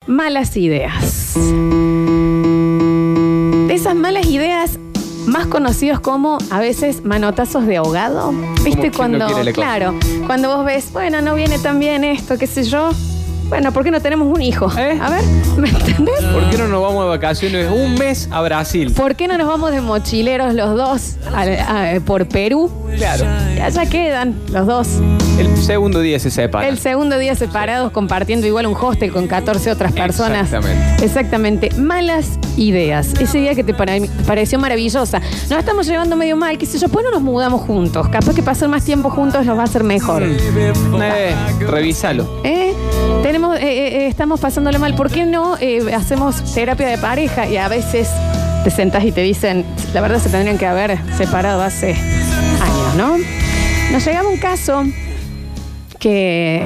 malas ideas. De esas malas ideas más conocidos como a veces manotazos de ahogado. ¿Viste? Cuando, claro, cuando vos ves, bueno, no viene tan bien esto, qué sé yo. Bueno, ¿por qué no tenemos un hijo? A ver, ¿me entendés? ¿Por qué no nos vamos de vacaciones un mes a Brasil? ¿Por qué no nos vamos de mochileros los dos por Perú? Claro. Y allá quedan los dos. El segundo día se separan. El segundo día separados, compartiendo igual un hostel con 14 otras personas. Exactamente. Exactamente. Malas ideas. Ese día que te pareció maravillosa. Nos estamos llevando medio mal, qué sé yo, pues no nos mudamos juntos. Capaz que pasar más tiempo juntos nos va a hacer mejor. Revísalo. Estamos pasándole mal. ¿Por qué no hacemos terapia de pareja? Y a veces te sentás y te dicen, la verdad se tendrían que haber separado hace años, ¿no? Nos llegaba un caso que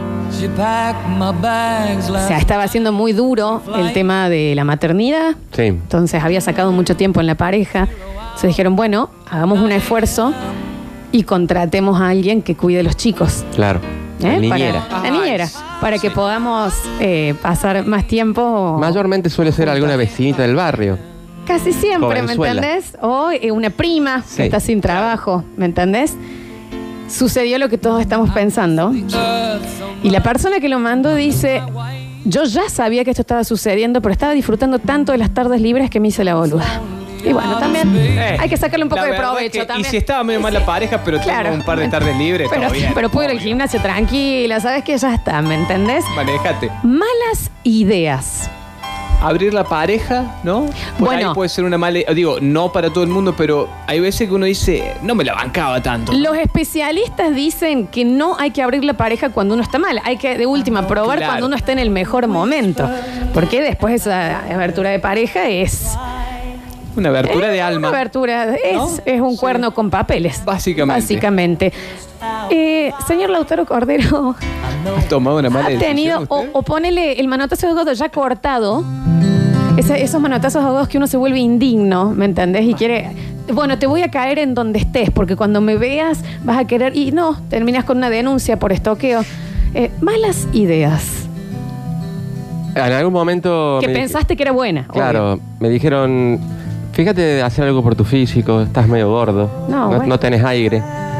estaba haciendo muy duro el tema de la maternidad. Sí. Entonces había sacado mucho tiempo en la pareja. Se dijeron, bueno, hagamos un esfuerzo y contratemos a alguien que cuide a los chicos. Claro. La niñera. La niñera. Para que podamos pasar más tiempo. Mayormente suele ser alguna vecinita del barrio. Casi siempre, ¿me entendés? O una prima que está sin trabajo, ¿me entendés? Sucedió lo que todos estamos pensando. Y la persona que lo mandó dice, yo ya sabía que esto estaba sucediendo, pero estaba disfrutando tanto de las tardes libres que me hice la boluda. Y bueno, también hay que sacarle un poco de provecho también. Y si estaba medio mal la pareja, pero tengo un par de tardes libres, todo bien. Pero puedo ir al gimnasio tranquila, ¿sabes qué? Ya está, ¿me entendés? Manéjate. Malas ideas. Abrir la pareja, ¿no? Bueno, ahí puede ser una mala... Digo, no para todo el mundo, pero hay veces que uno dice, no me la bancaba tanto. Los especialistas dicen que no hay que abrir la pareja cuando uno está mal. Hay que, de última, probar cuando uno está en el mejor momento. Porque después esa abertura de pareja es... Una abertura de alma. Una abertura, es un cuerno con papeles. Básicamente. Señor Lautaro Cordero, ¿has tomado una mala decisión? ¿Ha tenido, o ponele el manotazo de ahogado ya cortado? Esos manotazos ahogados que uno se vuelve indigno, ¿me entendés? Y quiere, bueno, te voy a caer en donde estés, porque cuando me veas vas a querer, y no, terminas con una denuncia por estoqueo. Malas ideas. En algún momento... Que pensaste que era buena. Claro, obvio. Me dijeron, fíjate de hacer algo por tu físico, estás medio gordo, no tenés aire,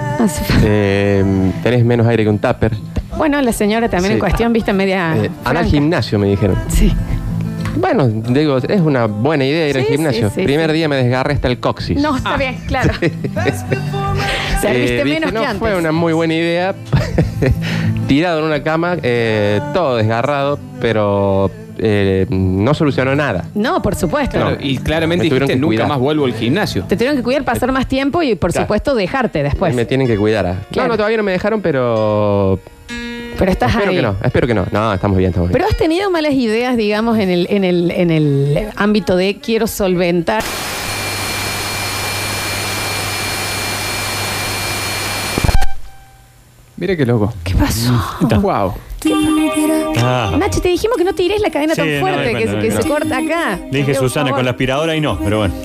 tenés menos aire que un tupper. Bueno, la señora también en cuestión, viste, media... anda al gimnasio, me dijeron. Sí. Bueno, digo, es una buena idea ir al gimnasio. Primer día me desgarré hasta el coxis. No, está bien, claro. Serviste menos que antes. Fue una muy buena idea. Tirado en una cama, todo desgarrado, pero no solucionó nada. No, por supuesto. Claro, y claramente dijiste, nunca más vuelvo al gimnasio. Te tuvieron que cuidar, pasar más tiempo y, por supuesto, dejarte después. Me tienen que cuidar. Claro. No, todavía no me dejaron, pero estás ahí. Espero que no. No, estamos bien. Pero has tenido malas ideas, digamos, en el ámbito de quiero solventar. Mira qué loco. ¿Qué pasó? Wow. Nachi, te dijimos que no tires la cadena tan fuerte que se corta acá. Dije Susana con la aspiradora y no, pero bueno.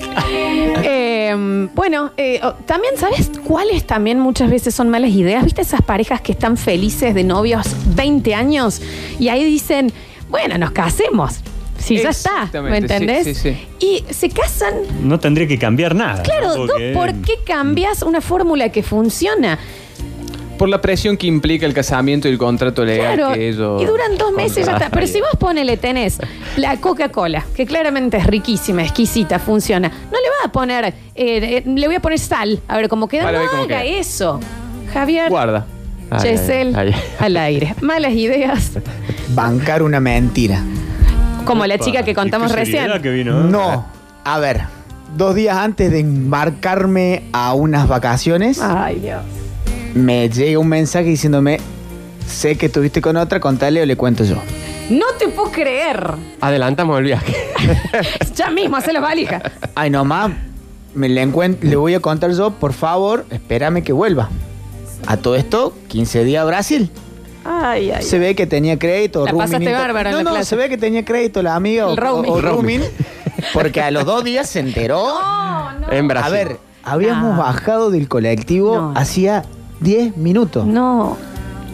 También, ¿sabes cuáles también muchas veces son malas ideas? ¿Viste esas parejas que están felices de novios 20 años y ahí dicen, bueno, nos casemos? Si ya está, ¿me entendés? Sí. Y se casan. No tendría que cambiar nada. Claro, ¿no? ¿Por qué cambias una fórmula que funciona? Por la presión que implica el casamiento y el contrato legal que ellos... Y duran 2 meses y ya está. Pero si vos tenés la Coca-Cola, que claramente es riquísima, exquisita, funciona, no le vas a poner, le voy a poner sal, a ver cómo queda. No haga eso. Javier. Guarda. Chesel, al aire. Malas ideas. Bancar una mentira. Como la chica que contamos recién. Que vino, No, a ver, 2 días antes de embarcarme a unas vacaciones... Ay, Dios. Me llega un mensaje diciéndome, sé que estuviste con otra, contale o le cuento yo. No te puedo creer. Adelantamos el viaje. Ya mismo, hacé las valijas. Ay, nomás, le voy a contar yo, por favor, espérame que vuelva. A todo esto, 15 días a Brasil. Ay. Se ve que tenía crédito. La pasaste bárbaro en la plaza. Se ve que tenía crédito la amiga o roaming. Porque a los 2 días se enteró. No. En Brasil. A ver, habíamos bajado del colectivo hacía 10 minutos. No.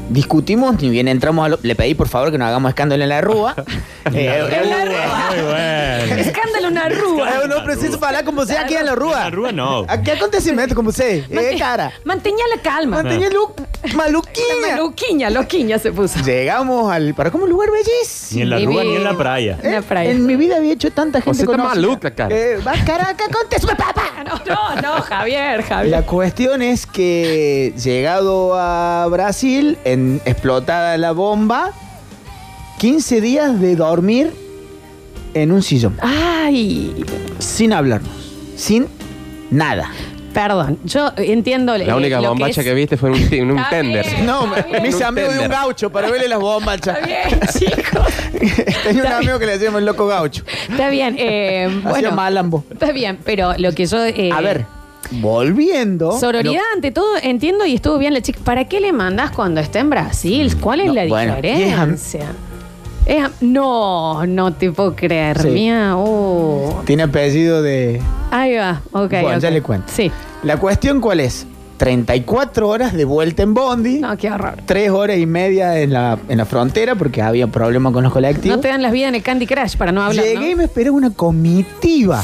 discutimos, ni bien entramos le pedí por favor que no hagamos escándalo en la rúa. Muy bueno. Escándalo, una rúa. No preciso falar como você aqui na rua. Na rua não. Aqui é acontecimento como você. Cara. Mantenía la calma. Mantenía maluquinha. Maluquinha, loquiña se puso. Llegamos para como un lugar bellísimo. Ni en la rúa ni en la playa. En la playa. En mi vida había hecho tanta gente Você tá conocida. maluca, cara. Cara, ¿qué acontece, papá? No, Javier. La cuestión es que llegado a Brasil, explotada la bomba, 15 días de dormir en un sillón. Ay, Sin hablarnos. Sin nada. perdón. Yo entiendo. La única bombacha que viste fue en un Está tender. bien. No, me hice Un amigo de un tender. gaucho para verle las bombachas. Está bien, chicos. Tenía un amigo que le decíamos el loco gaucho. Está bien. Hacía Bueno, malambo. está bien, pero lo que yo. A ver, volviendo. Sororidad ante todo, entiendo y estuvo bien la chica. ¿Para qué le mandas cuando está en Brasil? ¿Cuál es No, la bueno, diferencia? No te puedo creer, Sí. mía. Tiene apellido de... Ahí va, ok. Bueno, ok. ya le cuento. Sí. La cuestión, ¿cuál es? 34 horas de vuelta en Bondi. No, qué horror. 3 horas y media en la frontera porque había problemas con los colectivos. No te dan las vidas en el Candy Crush para no hablar. Llegué y ¿no? me esperé una comitiva.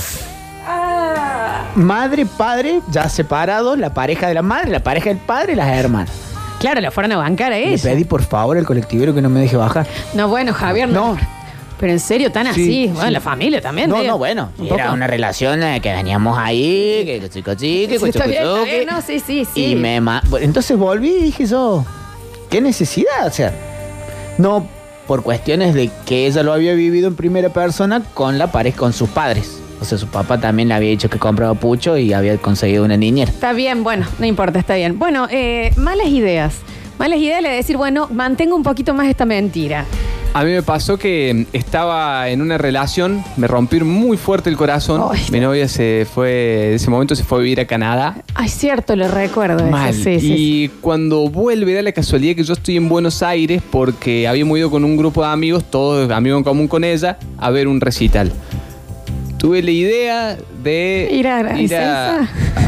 Ah. Madre, padre, ya separados, la pareja de la madre, la pareja del padre y las hermanas. Claro, la fueron a bancar a Le ella. pedí por favor al colectivero que no me deje bajar. No, bueno, Javier, no. No. Pero en serio, tan así. Sí, Bueno, sí. la familia también. No, digo. no, bueno. Un Era poco. una relación que veníamos ahí, que chico, Sí, está bien, está bien. No, sí. Y bueno, entonces volví y dije yo, ¿qué necesidad? O sea, no por cuestiones de que ella lo había vivido en primera persona con la pareja, con sus padres. O sea, su papá también le había dicho que compraba pucho y había conseguido una niñera. Está bien, bueno, no importa, está bien. Bueno, malas ideas. Malas ideas le de decir, bueno, mantengo un poquito más esta mentira. A mí me pasó que estaba en una relación, me rompió muy fuerte el corazón. Ay, Mi novia se fue, en ese momento se fue a vivir a Canadá. Ay, cierto, lo recuerdo. Mal. Ese, sí, Y cuando vuelve, da la casualidad que yo estoy en Buenos Aires porque habíamos ido con un grupo de amigos, todos amigos en común con ella, a ver un recital. Tuve la idea de Ir a Ezeiza.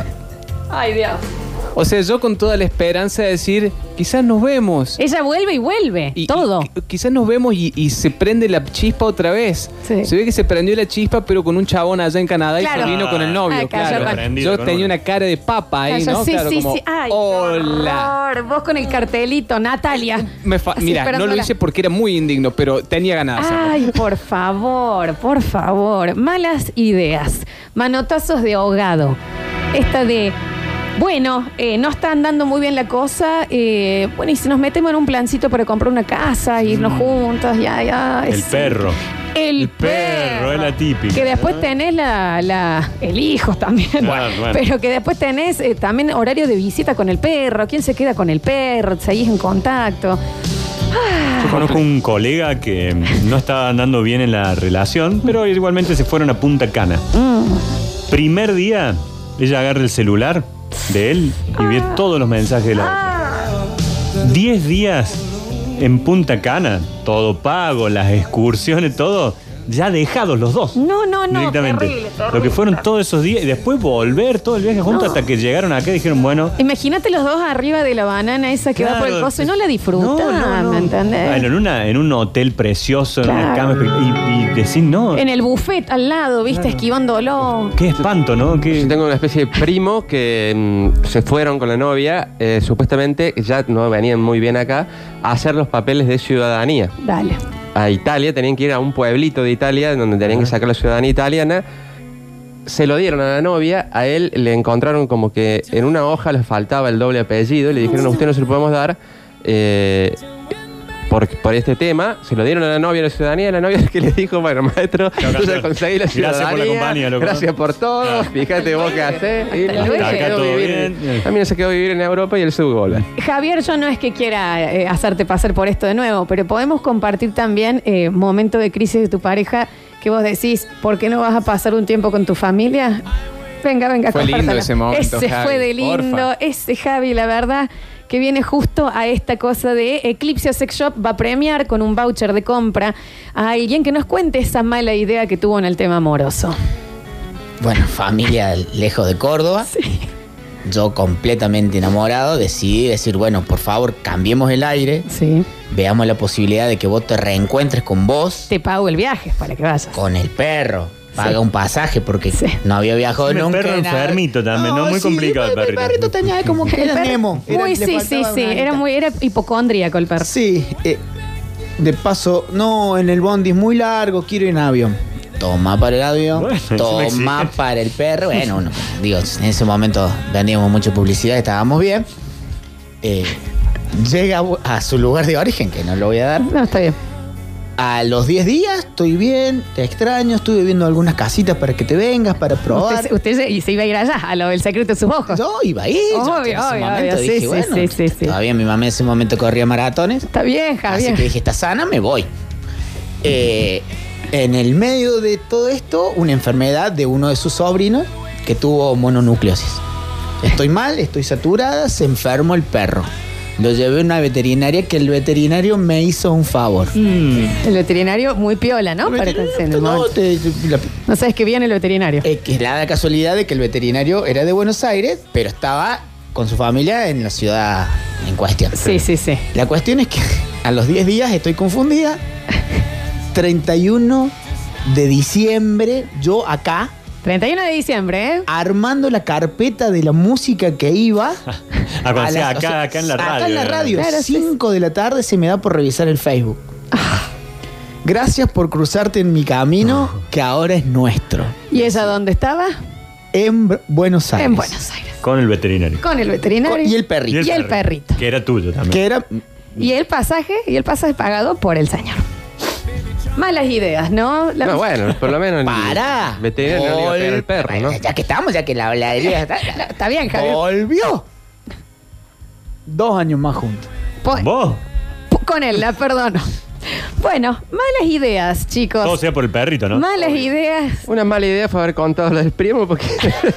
Ay, Dios. O sea, yo con toda la esperanza de decir, quizás nos vemos. Ella vuelve y vuelve. Todo. Quizás nos vemos y se prende la chispa otra vez. Sí. Se ve que se prendió la chispa, pero con un chabón allá en Canadá Claro. y se vino con el novio. Ah, claro. cayó prendido Yo con tenía uno. una cara de papa ahí, Calla, ¿no? sí, Claro, sí, como, sí. Ay, qué hola. horror. Vos con el cartelito, Natalia. Así Mira, no lo esperándola. hice porque era muy indigno, pero tenía ganas de hacerlo. Ay, por favor, por favor. Malas ideas. Manotazos de ahogado. Esta de, bueno, no está andando muy bien la cosa. Bueno, y si nos metemos en un plancito para comprar una casa, irnos juntos, ya. El perro. El perro es la típica. Que después tenés el hijo también. Bueno. Pero que después tenés también horario de visita con el perro. ¿Quién se queda con el perro? Seguís en contacto. Yo conozco un colega que no estaba andando bien en la relación, pero igualmente se fueron a Punta Cana. Primer día, ella agarra el celular de él y ve todos los mensajes de la otra. 10 días en Punta Cana, todo pago, las excursiones, todo, ya dejados los dos. No, Directamente. terrible. Lo que fueron todos esos días y después volver todo el viaje juntos hasta que llegaron acá y dijeron, bueno. Imagínate los dos arriba de la banana esa que va por el coso y no la disfrutan, ¿me entendés? Bueno, en un hotel precioso, en una Claro. cama y decir, no, En el buffet al lado, viste, esquivándolo. qué espanto, ¿no? Yo tengo una especie de primo que se fueron con la novia, supuestamente ya no venían muy bien acá, a hacer los papeles de ciudadanía. Dale. A Italia, tenían que ir a un pueblito de Italia donde tenían que sacar la ciudadanía italiana. Se lo dieron a la novia, a él le encontraron como que en una hoja le faltaba el doble apellido y le dijeron a usted no se lo podemos dar por este tema. Se lo dieron a la novia la ciudadanía, la novia que le dijo, bueno, maestro, tú ya conseguí la ciudadanía. Gracias por la compañía, loco. Gracias por todo, fíjate vos qué hacés. Y Hasta luego. se Acá quedó todo vivir bien. también se quedó a vivir en Europa y él se tuvo que volver. Javier, yo no es que quiera hacerte pasar por esto de nuevo, pero podemos compartir también momento de crisis de tu pareja que vos decís, ¿por qué no vas a pasar un tiempo con tu familia? Venga, Fue lindo compártalo. ese momento, Ese Javi, fue de lindo, porfa. ese Javi, la verdad, que viene justo a esta cosa de Eclipse Sex Shop va a premiar con un voucher de compra a alguien que nos cuente esa mala idea que tuvo en el tema amoroso. Bueno, familia lejos de Córdoba. Sí. yo completamente enamorado, decidí decir, bueno, por favor, cambiemos el aire. Sí. Veamos la posibilidad de que vos te reencuentres con vos. Te pago el viaje para que vayas. Con el perro. Paga Sí. un pasaje porque Sí. no había viajado El nunca. perro nada. enfermito también, ¿no? Muy complicado el perrito. El perrito tenía como que era Nemo. Muy, sí, era hipocondríaco el perro. Sí, de paso, no, en el bondi es muy largo, quiero ir en avión. Toma para el avión, Bueno, toma encima exige. para el perro. Bueno, digo, en ese momento vendíamos mucha publicidad, estábamos bien. Llega a su lugar de origen, que no lo voy a dar. No, está bien. A los 10 días estoy bien, te extraño, estuve viendo algunas casitas para que te vengas, para probar. Usted se iba a ir allá, a lo del secreto de sus ojos. Yo iba a ir. Obvio, en ese obvio, momento obvio. dije, Sí, bueno, sí. todavía mi mamá en ese momento corría maratones. Está bien, Así Javier. que dije, está sana, me voy. En el medio de todo esto, una enfermedad de uno de sus sobrinos que tuvo mononucleosis. Estoy mal, estoy saturada, se enfermó el perro. Lo llevé a una veterinaria que el veterinario me hizo un favor. El veterinario muy piola, ¿no? Para que en el momento. No sabes que viene el veterinario. Que da la casualidad de que el veterinario era de Buenos Aires, pero estaba con su familia en la ciudad en cuestión. Sí. La cuestión es que a los 10 días estoy confundida. 31 de diciembre, yo acá, 31 de diciembre, ¿eh? armando la carpeta de la música que iba. Acá en la radio. Acá en la radio, Claro, 5 de la tarde se me da por revisar el Facebook. Gracias por cruzarte en mi camino, que ahora es nuestro. ¿Y ella dónde estaba? En Buenos Aires. En Buenos Aires. Con el veterinario. Con el veterinario. Y el perrito. Y el perrito. Que era tuyo también. Que era... Y el pasaje pagado por el señor. Malas ideas, ¿no? No, bueno, por lo menos ¡Para! el veterinario no le iba a pegar al perro, ¿no? Ya que estamos, ya que la habladería Está bien, Javier. volvió. 2 años más juntos. ¿Vos? Con él, la perdono. Bueno, malas ideas, chicos. Todo sea por el perrito, ¿no? Malas ideas. Una mala idea fue haber contado lo del primo porque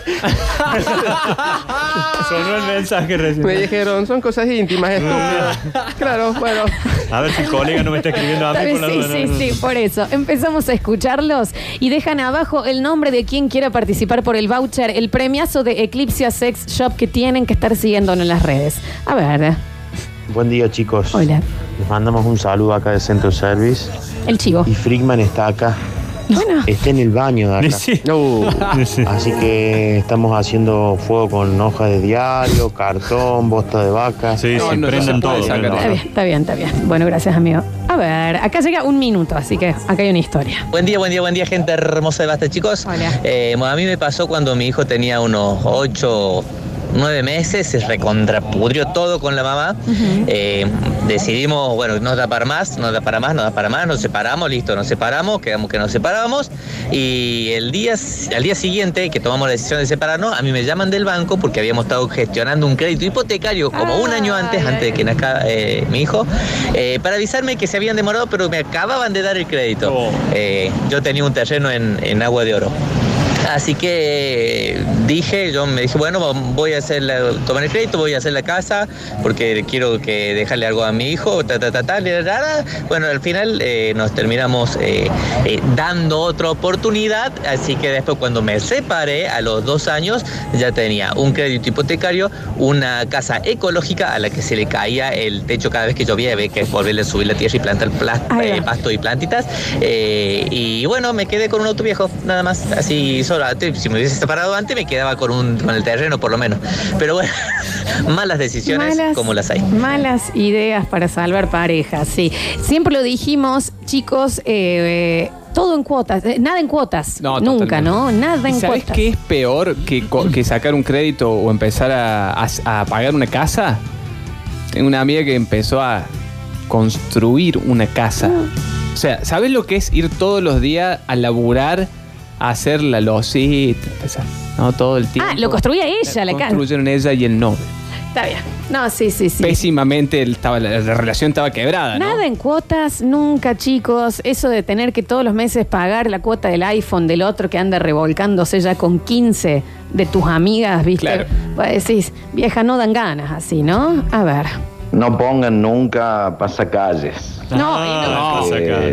Sonó el mensaje recién. me dijeron, son cosas íntimas, estúpidas. Claro, bueno. A ver si el colega no me está escribiendo a mí por la duda. Sí, por eso. Empezamos a escucharlos y dejan abajo el nombre de quien quiera participar por el voucher, el premiazo de Eclipse Sex Shop que tienen que estar siguiendo en las redes. A ver. Buen día, chicos. Hola. Les mandamos un saludo acá de Centro Service. El chivo. Y Frickman está acá. Bueno. Está en el baño de acá. Sí. Sí. Así que estamos haciendo fuego con hojas de diario, cartón, bosta de vaca. Sí, No, sí, no prendan se puede todo. sacar prendan eso. todo. Está bien. Bueno, gracias, amigo. A ver, acá llega un minuto, así que acá hay una historia. Buen día, gente hermosa de Basta, chicos. Hola. A mí me pasó cuando mi hijo tenía unos 8, 9 meses, se recontrapudrió todo con la mamá. Decidimos, bueno, no da para más, nos separamos, listo, nos separamos, quedamos que nos separábamos. Y al día siguiente que tomamos la decisión de separarnos, a mí me llaman del banco porque habíamos estado gestionando un crédito hipotecario como un año antes de que nazca mi hijo, para avisarme que se habían demorado, pero me acababan de dar el crédito. Oh. Yo tenía un terreno en Agua de Oro. Así que me dije, bueno, voy a tomar el crédito, voy a hacer la casa, porque quiero dejarle algo a mi hijo, Bueno, al final nos terminamos dando otra oportunidad, así que después cuando me separé, a los 2 años, ya tenía un crédito hipotecario, una casa ecológica a la que se le caía el techo cada vez que llovía, había que volverle a subir la tierra y plantar pasto y plantitas, y bueno, me quedé con un auto viejo, nada más, así solo. Si me hubiese separado antes me quedaba con el terreno por lo menos. Pero bueno, malas decisiones como las hay. Malas ideas para salvar parejas, sí. Siempre lo dijimos, chicos, todo en cuotas, nada en cuotas. No, nunca, totalmente. ¿no? Nada en ¿Sabes cuotas. qué es peor que sacar un crédito o empezar a pagar una casa? Tengo una amiga que empezó a construir una casa. O sea, ¿sabes lo que es ir todos los días a laburar, a hacer la losita, no todo el tiempo? Lo construía ella, la casa. Construyeron ella y el novio. Está bien. No, sí. Pésimamente la relación estaba quebrada, ¿no? Nada en cuotas, nunca, chicos. Eso de tener que todos los meses pagar la cuota del iPhone del otro que anda revolcándose ya con 15 de tus amigas, ¿viste? Claro. Pues decís, vieja, no dan ganas así, ¿no? A ver. No pongan nunca pasacalles.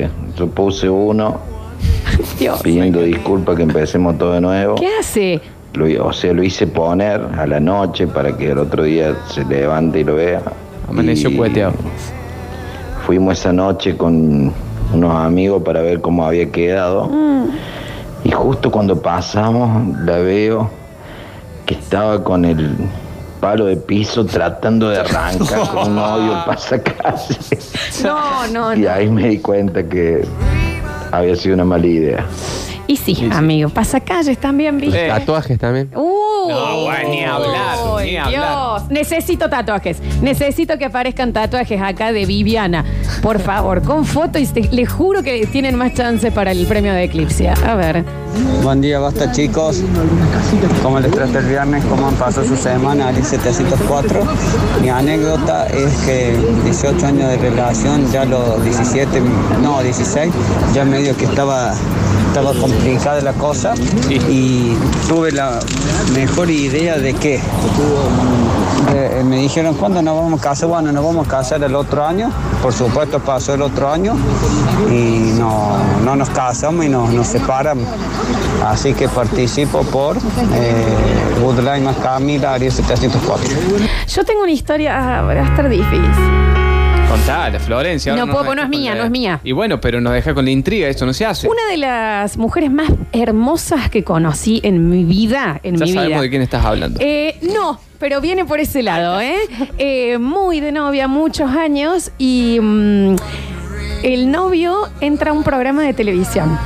No. Yo puse uno Dios. pidiendo disculpas que empecemos todo de nuevo. ¿Qué hace? lo hice poner a la noche para que el otro día se levante y lo vea. Amaneció cueteado. Fuimos esa noche con unos amigos para ver cómo había quedado. Y justo cuando pasamos, la veo que estaba con el palo de piso tratando de arrancar con un novio el pasacalle. No. Y ahí me di cuenta que había sido una mala idea. Y sí, amigo, pasacalles también, ¿viste? Tatuajes también. No, bueno, ni hablar, ni hablar. Dios, necesito tatuajes. Necesito que aparezcan tatuajes acá de Viviana. Por favor, con foto y les juro que tienen más chance para el premio de Eclipse. A ver. Buen día, basta chicos. ¿Cómo les trata el viernes? ¿Cómo han pasado su semana? Ali 704. Mi anécdota es que 18 años de relación, ya los 16, ya medio que estaba complicada la cosa y tuve la mejor idea de que me dijeron, ¿cuándo nos vamos a casar? Bueno, nos vamos a casar el otro año. Por supuesto pasó el otro año y no nos casamos y nos separamos. Así que participo por Woodline más Camila, Ariel 704. Yo tengo una historia, va a estar difícil. Contale, Florencia. No puedo, no es mía. Y bueno, pero nos deja con la intriga, esto no se hace. Una de las mujeres más hermosas que conocí en mi vida. Ya sabemos de quién estás hablando. No, pero viene por ese lado, muy de novia, muchos años, y el novio entra a un programa de televisión.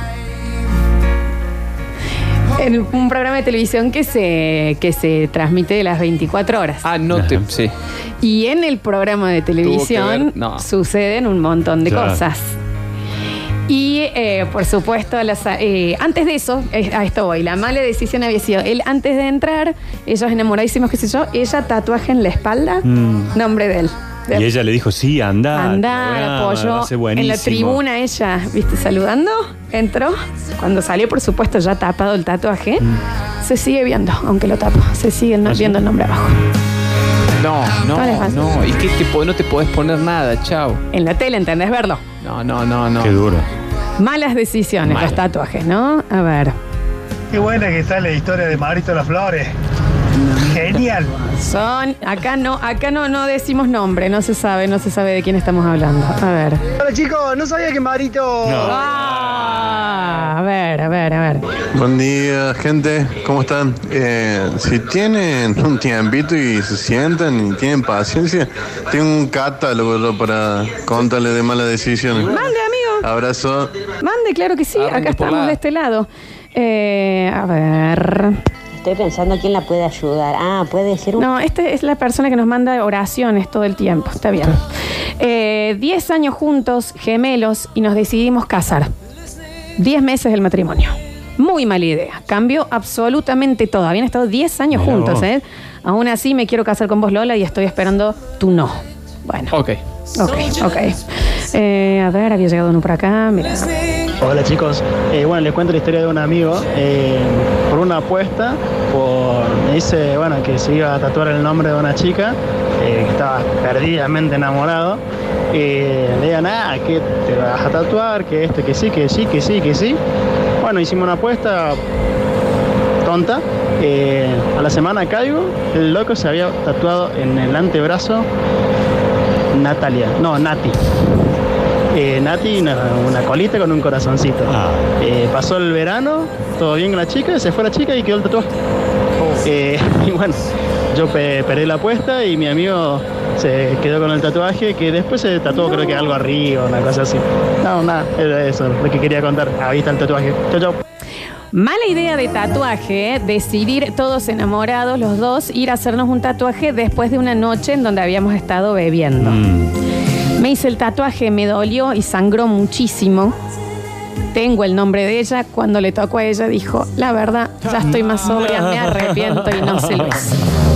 En un programa de televisión que se transmite de las 24 horas. Sí. Y en el programa de televisión suceden un montón de cosas. Y por supuesto, antes de eso, a esto voy, la mala decisión había sido, él antes de entrar, ellos enamoradísimos, qué sé yo, ella tatuaje en la espalda, nombre de él. Y ella le dijo, sí, anda, apoyó en la tribuna ella, ¿viste? Saludando, entró. Cuando salió, por supuesto, ya tapado el tatuaje, se sigue viendo, aunque lo tapa, se sigue viendo el nombre abajo. No. ¿Y qué no te podés poner nada? Chao. En la tele, ¿entendés? Verlo. No. Qué duro. Malas decisiones, los tatuajes, ¿no? A ver. Qué buena que está la historia de Marito Las Flores. Genial. Acá no decimos nombre, no se sabe de quién estamos hablando. A ver. Hola chicos, no sabía que Marito. A ver. Buen día, gente, ¿cómo están? Si tienen un tiempito y se sientan y tienen paciencia, tengo un catálogo para contarles de malas decisiones. Mande, amigo. Abrazo. Mande, claro que sí, acá estamos de este lado. A ver. Estoy pensando quién la puede ayudar. Puede ser un... No, esta es la persona que nos manda oraciones todo el tiempo. Está bien. 10 años juntos, gemelos, y nos decidimos casar. 10 meses del matrimonio. Muy mala idea. Cambió absolutamente todo. Habían estado 10 años juntos, ¿eh? Aún así me quiero casar con vos, Lola, y estoy esperando tu no. Bueno. Ok. A ver, había llegado uno por acá. Mira. Hola chicos, les cuento la historia de un amigo. Por una apuesta, me dice que se iba a tatuar el nombre de una chica que estaba perdidamente enamorado. Le digan, que te vas a tatuar, que esto, que sí. Bueno, hicimos una apuesta tonta. A la semana caigo, el loco se había tatuado en el antebrazo Nati. Nati, una colita con un corazoncito. Pasó el verano, todo bien con la chica, se fue la chica y quedó el tatuaje. Y bueno, yo perdí la apuesta y mi amigo se quedó con el tatuaje, que después se tatuó creo que algo arriba, una cosa así. Nada, era eso lo que quería contar. Ahí está el tatuaje. Chau. Mala idea de tatuaje, decidir todos enamorados, los dos, ir a hacernos un tatuaje después de una noche en donde habíamos estado bebiendo. Me hice el tatuaje, me dolió y sangró muchísimo. Tengo el nombre de ella. Cuando le tocó a ella dijo, la verdad, ya estoy más sobria, me arrepiento y no se lo hice.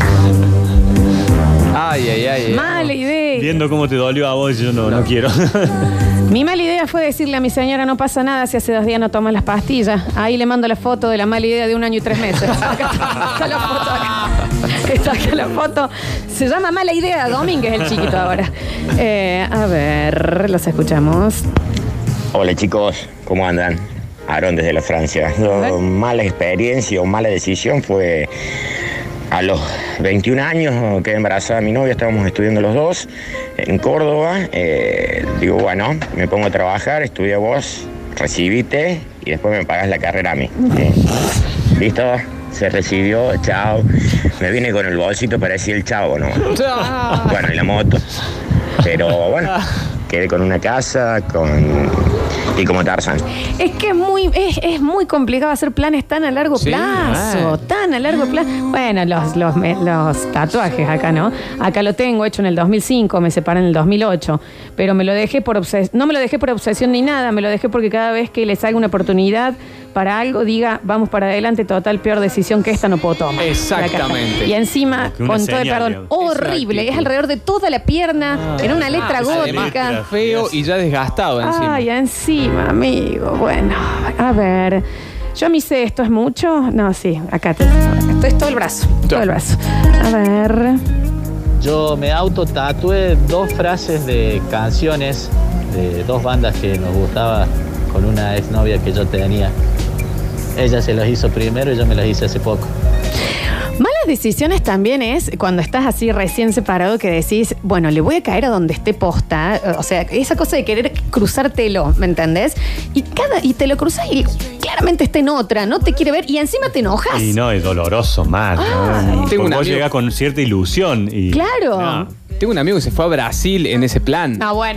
Ay. Mala idea. Viendo cómo te dolió a vos, yo no quiero. Mi mala idea fue decirle a mi señora, no pasa nada si hace 2 días no toma las pastillas. Ahí le mando la foto de la mala idea de 1 año y 3 meses. Acá está la foto acá. Está acá la foto. Se llama Mala Idea Domínguez, el chiquito ahora. A ver, los escuchamos. Hola chicos, ¿cómo andan? Aarón desde la Francia. Mala experiencia o mala decisión fue a los 21 años, quedé embarazada de mi novia, estábamos estudiando los dos en Córdoba. Digo, bueno, me pongo a trabajar, estudia vos, recibite y después me pagas la carrera a mí. ¿Listo? Se recibió, chao. Me vine con el bolsito para decir el chavo, ¿no? Bueno, y la moto. Pero bueno, quedé con una casa, y como Tarzán. Es que es muy complicado hacer planes tan a largo plazo. Tan a largo plazo. Bueno, los tatuajes acá, ¿no? Acá lo tengo hecho en el 2005, me separé en el 2008. Pero me lo dejé por no me lo dejé por obsesión ni nada, me lo dejé porque cada vez que les haga una oportunidad para algo, diga, vamos para adelante, total, peor decisión que esta no puedo tomar. Exactamente. Y encima, con todo el perdón, horrible. Exacto. Es alrededor de toda la pierna, en una letra gótica. Feo y ya desgastado encima. Ay, encima, amigo. Bueno, a ver. Yo me hice esto, ¿es mucho? No, sí, acá esto es todo el brazo. Todo el brazo. A ver. Yo me autotatué 2 frases de canciones de 2 bandas que nos gustaba con una exnovia que yo tenía. Ella se los hizo primero y yo me los hice hace poco. Malas decisiones también es cuando estás así recién separado que decís, bueno, le voy a caer a donde esté posta. O sea, esa cosa de querer cruzártelo, ¿me entendés? Y te lo cruzás y claramente está en otra, no te quiere ver y encima te enojas. Y no, es doloroso más, ¿no? Vos llegás con cierta ilusión y... Claro. No. Tengo un amigo que se fue a Brasil en ese plan. No, bueno,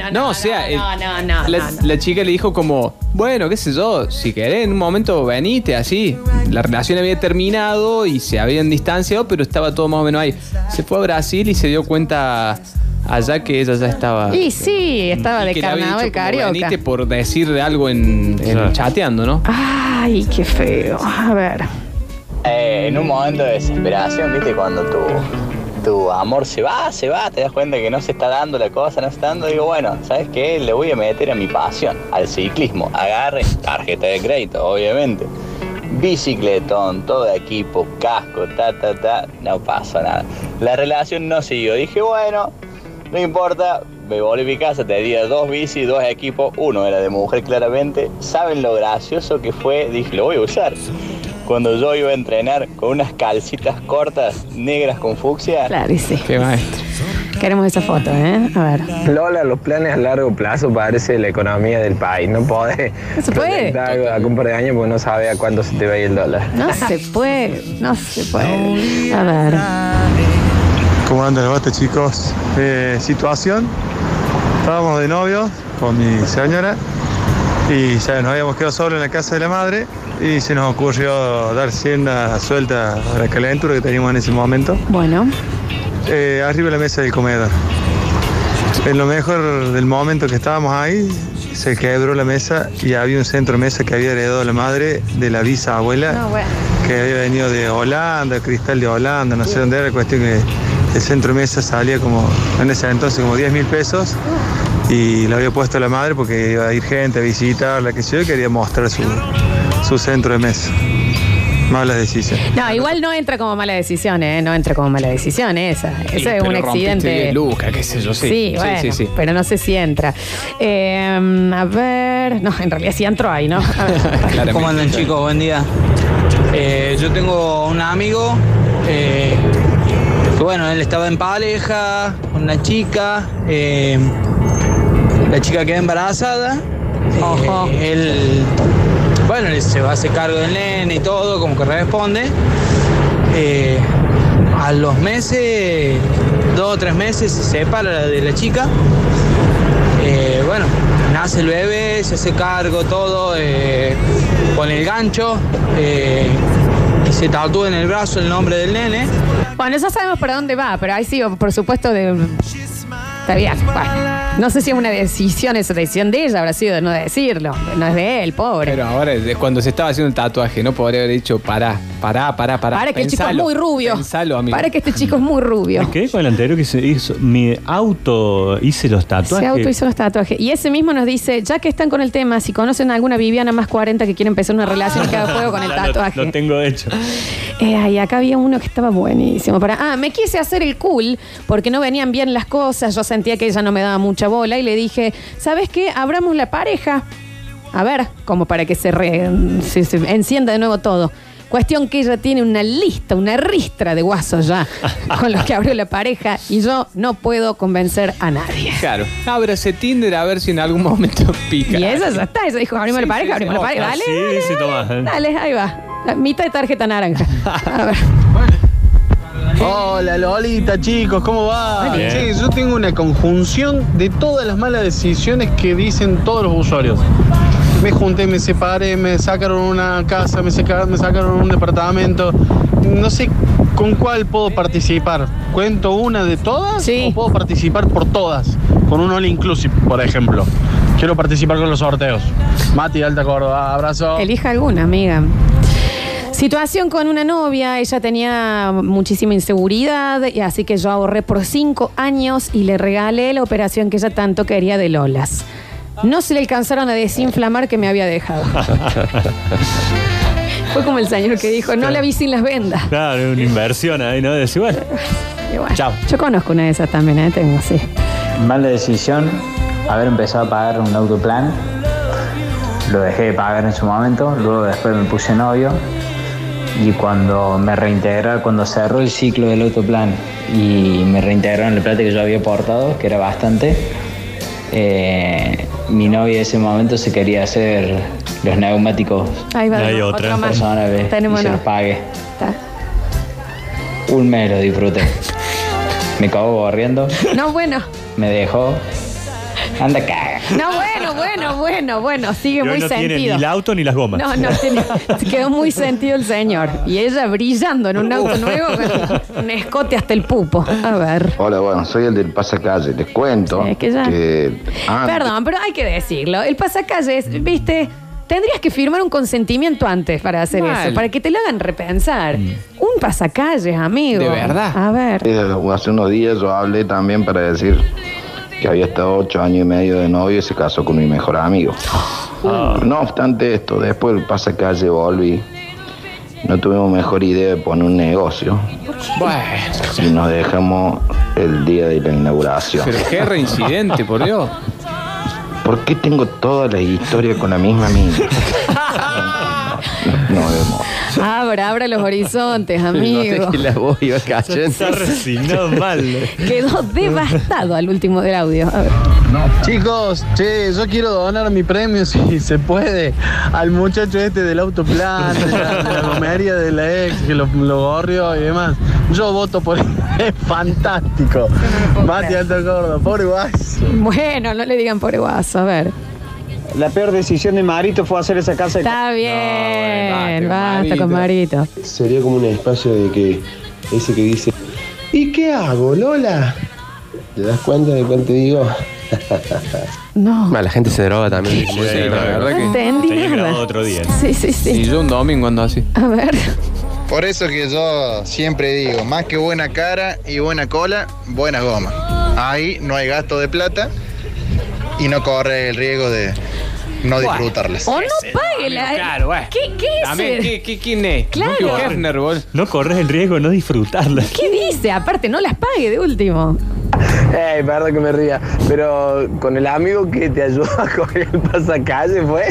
la chica le dijo como, bueno, qué sé yo, si querés en un momento venite así. La relación había terminado y se habían distanciado, pero estaba todo más o menos ahí. Se fue a Brasil y se dio cuenta allá que ella ya estaba... Y sí, estaba de carnaval carioca. Venite por decir algo en chateando, ¿no? Ay, qué feo. A ver. En un momento de desesperación, ¿viste? Cuando tu amor se va, te das cuenta que no se está dando la cosa, no se está dando, digo, bueno, ¿sabes qué? Le voy a meter a mi pasión, al ciclismo. Agarre, tarjeta de crédito, obviamente. Bicicletón, todo equipo, casco, no pasa nada. La relación no siguió. Dije, bueno, no importa, me volví a mi casa, tenía 2 bicis, 2 equipos, uno era de mujer claramente. ¿Saben lo gracioso que fue? Dije, lo voy a usar. Cuando yo iba a entrenar con unas calcitas cortas, negras con fucsia. Claro, y sí. Qué maestro. Queremos esa foto, ¿eh? A ver. Lola, los planes a largo plazo parece la economía del país. No podés proyectar a un par de años porque no sabes a cuánto se te va a ir el dólar. No se puede. A ver. ¿Cómo andan? Basta, chicos. Situación. Estábamos de novio con mi señora y ya nos habíamos quedado solos en la casa de la madre y se nos ocurrió dar rienda suelta a la calentura que teníamos en ese momento. Bueno. Arriba de la mesa del comedor. En lo mejor del momento que estábamos ahí, se quebró la mesa y había un centro mesa que había heredado la madre de la bisabuela, que había venido de Holanda, cristal de Holanda, no sé dónde era, la cuestión que el centro mesa salía como, en ese entonces, como 10.000 pesos y lo había puesto la madre porque iba a ir gente a visitarla, que yo quería mostrar su centro de mesa. Mala decisión. No, igual no entra como mala decisión, ¿eh? No entra como mala decisión esa. Eso es un accidente. Luca, qué sé yo, sí. Sí, bueno, sí. Pero no sé si entra. A ver. No, en realidad sí entró ahí, ¿no? A ver. ¿Cómo andan, chicos? Buen día. Yo tengo un amigo que, bueno, él estaba en pareja con una chica. La chica queda embarazada. Él... Bueno, se va a hacer cargo del nene y todo, como que responde. A los meses, 2 o 3 meses, se separa de la chica. Bueno, nace el bebé, se hace cargo todo, con el gancho, y se tatúa en el brazo el nombre del nene. Bueno, ya sabemos para dónde va, pero ahí sí, por supuesto, está bien. Bueno, no sé si es una decisión, esa decisión de ella habrá sido de no decirlo. No es de él, pobre. Pero ahora, cuando se estaba haciendo el tatuaje, no podría haber dicho, pará. Para que el chico es muy rubio. Pensalo, amigo. Para que este chico es muy rubio. Me quedé con el anterior que se hizo. Mi auto hice los tatuajes. Se auto hizo los tatuajes. Y ese mismo nos dice, ya que están con el tema, si conocen a alguna Viviana más 40 que quiere empezar una relación y que haga juego con el tatuaje. Lo tengo hecho. Y acá había uno que estaba buenísimo. Me quise hacer el cool porque no venían bien las cosas. Yo sentía que ella no me daba mucha bola y le dije, ¿sabes qué? Abramos la pareja. A ver, como para que se encienda de nuevo todo. Cuestión que ella tiene una ristra de guasos ya con los que abrió la pareja y yo no puedo convencer a nadie. Claro. Ábrase Tinder a ver si en algún momento pica. Y ella ya está. Ella dijo, abrimos la pareja. Dale, Sí, toma. dale, ahí va. La mitad de tarjeta naranja. A ver. Hola Lolita, chicos, ¿cómo va? Bien. Sí, yo tengo una conjunción de todas las malas decisiones que dicen todos los usuarios. Me junté, me separé, me sacaron una casa, me sacaron un departamento. No sé con cuál puedo participar. ¿Cuento una de todas? Sí. ¿O puedo participar por todas? Con un all inclusive, por ejemplo. Quiero participar con los sorteos. Mati, Alta Córdoba, abrazo. Elija alguna, amiga. Situación con una novia, ella tenía muchísima inseguridad, y así que yo ahorré por 5 años y le regalé la operación que ella tanto quería de Lolas. No se le alcanzaron a desinflamar que me había dejado. Fue como el señor que dijo, no la vi sin las vendas. Claro, una inversión ahí, ¿no? Decir, bueno. Chao. Yo conozco una de esas también, tengo, sí. Mala decisión haber empezado a pagar un autoplan. Lo dejé de pagar en su momento, luego después me puse novio. Y cuando me reintegraron, cuando cerró el ciclo del autoplan y me reintegraron la plata que yo había aportado, que era bastante, mi novia en ese momento se quería hacer los neumáticos. Ahí va, otro más. Personales, y se los pagué. Está. Un mes lo disfruté. Me acabó borriendo, No, bueno. me dejó. Anda caga. No, bueno. Sigue Y hoy muy no tiene sentido. ni el auto ni las gomas. No, quedó muy sentido el señor. Y ella brillando en un auto nuevo con un escote hasta el pupo. A ver. Hola, bueno, soy el del pasacalle. Les cuento Sí, que ya- Perdón, pero hay que decirlo. El pasacalles, viste, tendrías que firmar un consentimiento antes para hacer Mal. eso, para que te lo hagan repensar. Un pasacalles, amigo. ¿De verdad? A ver. Hace unos días yo hablé también para decir que había estado 8 años y medio de novio y se casó con mi mejor amigo. No obstante esto, después del pasacalle volví. No tuvimos mejor idea de poner un negocio. Bueno. Y nos dejamos el día de la inauguración. Pero qué reincidente, por Dios. ¿Por qué tengo todas las historias con la misma mina? Nos vemos. Abra los horizontes, amigo. Noté que la voz iba cayendo. Está resignado mal. Quedó devastado al último del audio. A ver. Chicos, yo quiero donar mi premio, si se puede, al muchacho este del autoplan, de la gomería de la ex, que lo gorrió y demás. Yo voto por él. Es fantástico. Mati Alta Córdoba, pobre guaso. Bueno, no le digan pobre guaso. A ver. La peor decisión de Marito fue hacer esa casa de... Está bien, basta con Marito. Sería como un espacio de que ese que dice, ¿y qué hago, Lola? ¿Te das cuenta de cuánto te digo? No. La gente se droga también. Sí, la verdad No que. entendí Tenía nada. grabado otro día. Sí. Y yo un domingo ando así. A ver. Por eso que yo siempre digo, más que buena cara y buena cola, buenas gomas. Ahí no hay gasto de plata y no corre el riesgo de no disfrutarlas. O no pague la... Claro, bueno. ¿Qué es También, eso? ¿quién es? Claro. Hugh Hefner, vos. No corres el riesgo de no disfrutarla. ¿Qué dice? Aparte, no las pague de último. Perdón que me ría, pero con el amigo que te ayudó a coger el pasacalle fue.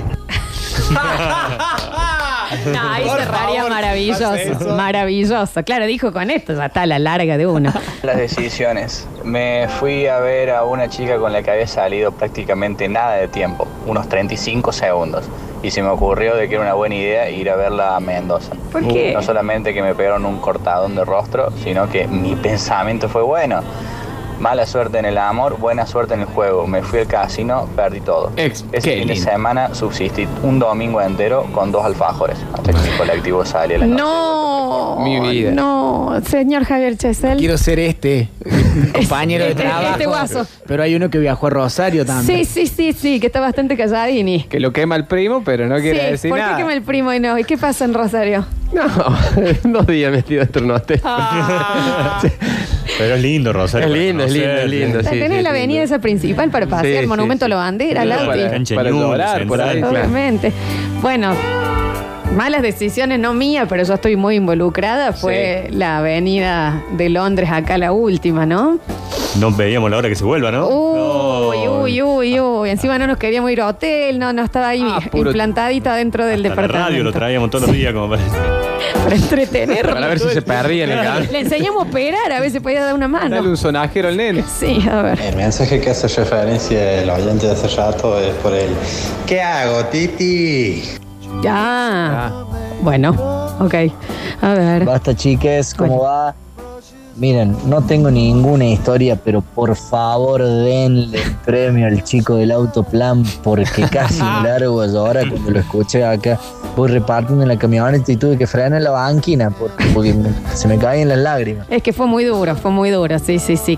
No, ahí cerraría maravilloso. Maravilloso. Claro, dijo con esto, ya está a la larga de uno. Las decisiones. Me fui a ver a una chica con la que había salido prácticamente nada de tiempo, unos 35 segundos. Y se me ocurrió de que era una buena idea ir a verla a Mendoza. ¿Por qué? No solamente que me pegaron un cortadón de rostro, sino que mi pensamiento fue bueno. Mala suerte en el amor, buena suerte en el juego. Me fui al casino, perdí todo. Ese fin de semana subsistí un domingo entero con 2 alfajores, hasta que mi colectivo sale a la noche. No. Mi vida. No, señor Javier Chesel. Quiero ser compañero de trabajo. Este guaso. Pero hay uno que viajó a Rosario también. Sí, que está bastante calladini. Que lo quema el primo, pero no quiere decir ¿por nada. qué quema el primo y no? ¿Y qué pasa en Rosario? No, 2 días metido dentro de un hotel. Pero es lindo, Rosario. Es lindo. La Sí, tenés la avenida esa principal para pasear, el monumento a la bandera, Lauti. Para llorar por ahí. Obviamente. Bueno, malas decisiones, no mías, pero yo estoy muy involucrada. Fue la avenida de Londres acá la última, ¿no? No veíamos la hora que se vuelva, ¿no? Uy. Encima no nos queríamos ir a hotel, no estaba ahí implantadita dentro del departamento. La radio lo traíamos todos los días como para entretenerlo. Para ver si se perdía en el camino. Le enseñamos a operar, a ver si podía dar una mano. Dale un sonajero al nene. Sí, a ver. El mensaje que hace referencia el oyente de hace rato es por el ¿qué hago, Titi? Ya. Bueno, ok. A ver. Basta, chiques, ¿cómo va? Miren, no tengo ninguna historia, pero por favor denle el premio al chico del autoplan porque casi me largo a llorar cuando lo escuché acá. Voy repartiendo en la camioneta y tuve que frenar en la banquina porque se me caían las lágrimas. Es que fue muy duro, sí.